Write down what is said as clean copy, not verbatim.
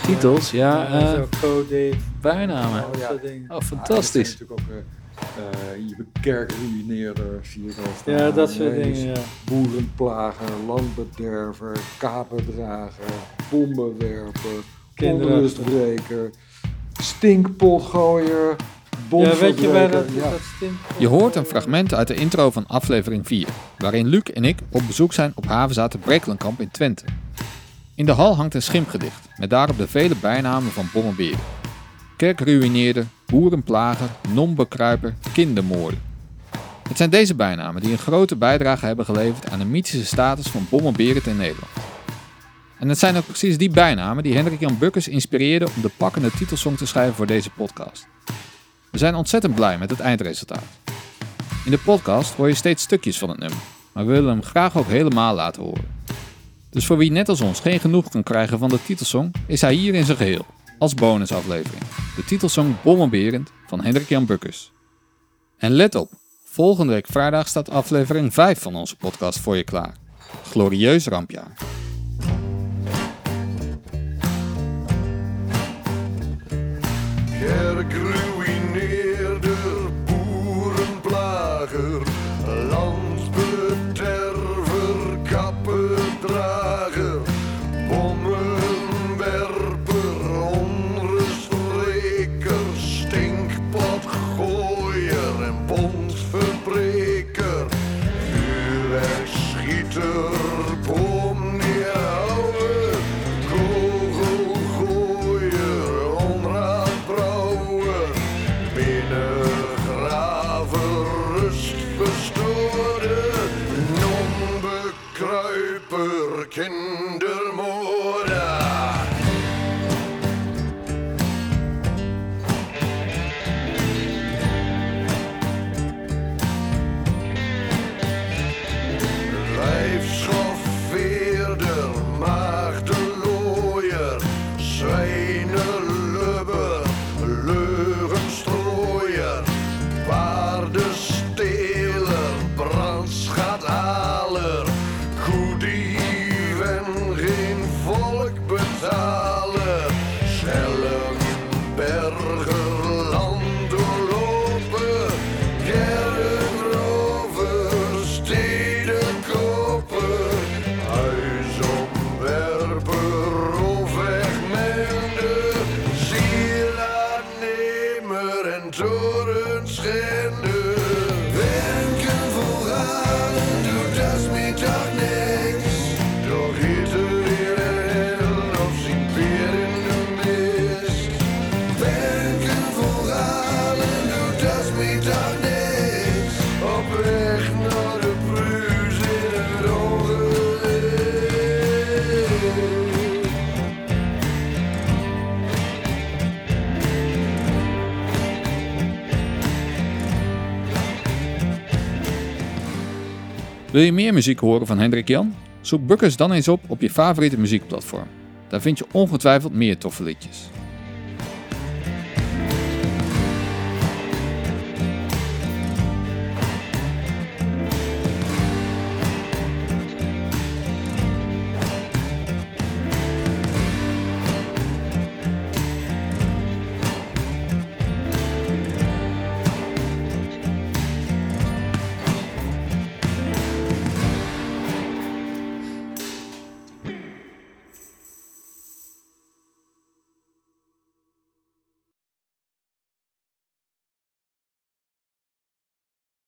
Gietels, ja. Zo Code. Bijnamen. Dat soort dingen. Oh, fantastisch. Ja, natuurlijk ook je kerkruïneerder, zie je wel staan. Ja, dat soort dingen, ja. Boerenplager, landbederver, kaperdrager, bommenwerper, Kinderen. onrustbreker, stinkpotgooier, Ja, weet je waar dat ja. stinkt? Je hoort een fragment uit de intro van aflevering 4, waarin Luc en ik op bezoek zijn op havenzaten Brekelenkamp in Twente. In de hal hangt een schimpgedicht, met daarop de vele bijnamen van bommenberen. Kerkruïneerder, boerenplager, non-bekruiper, kindermoorder. Het zijn deze bijnamen die een grote bijdrage hebben geleverd aan de mythische status van bommenberend in Nederland. En het zijn ook precies die bijnamen die Hendrik Jan Bukkers inspireerden om de pakkende titelsong te schrijven voor deze podcast. We zijn ontzettend blij met het eindresultaat. In de podcast hoor je steeds stukjes van het nummer, maar we willen hem graag ook helemaal laten horen. Dus voor wie net als ons geen genoeg kan krijgen van de titelsong, is hij hier in zijn geheel, als bonusaflevering. De titelsong Bommenberend van Hendrik Jan Bukkers. En let op, volgende week vrijdag staat aflevering 5 van onze podcast voor je klaar. Glorieus rampjaar. Kerkruïneerder, boerenplager, landbederver, kappendrager, bommenwerper, onrustbreker, stinkpotgooier en bondverbreker, vuurwerkschieter, bomneerhouwer, kogelgooier, onraadbrouwer, binnengraver, rustverstoorder, non-bekruiper, kindermoorder. Lijfschoffeerder, maagdelooier, zwijnenlubber, leugenstrooier, paardensteler, brandschathaler, koedief en geen volk betalen, Schellenberger, landdoorloper, kerkrover, stedenkoper, huisomwerper, hofwegmender, zielaannemer en torenschender. Werken volhalen, doet als me toch niks. Doch Hitler in de hel of zijn peer in de mist. Werken volhalen, doet als me toch niks. Op weg naar de Pruis in het ongeluk. Wil je meer muziek horen van Hendrik Jan? Zoek Bukkers dan eens op je favoriete muziekplatform. Daar vind je ongetwijfeld meer toffe liedjes.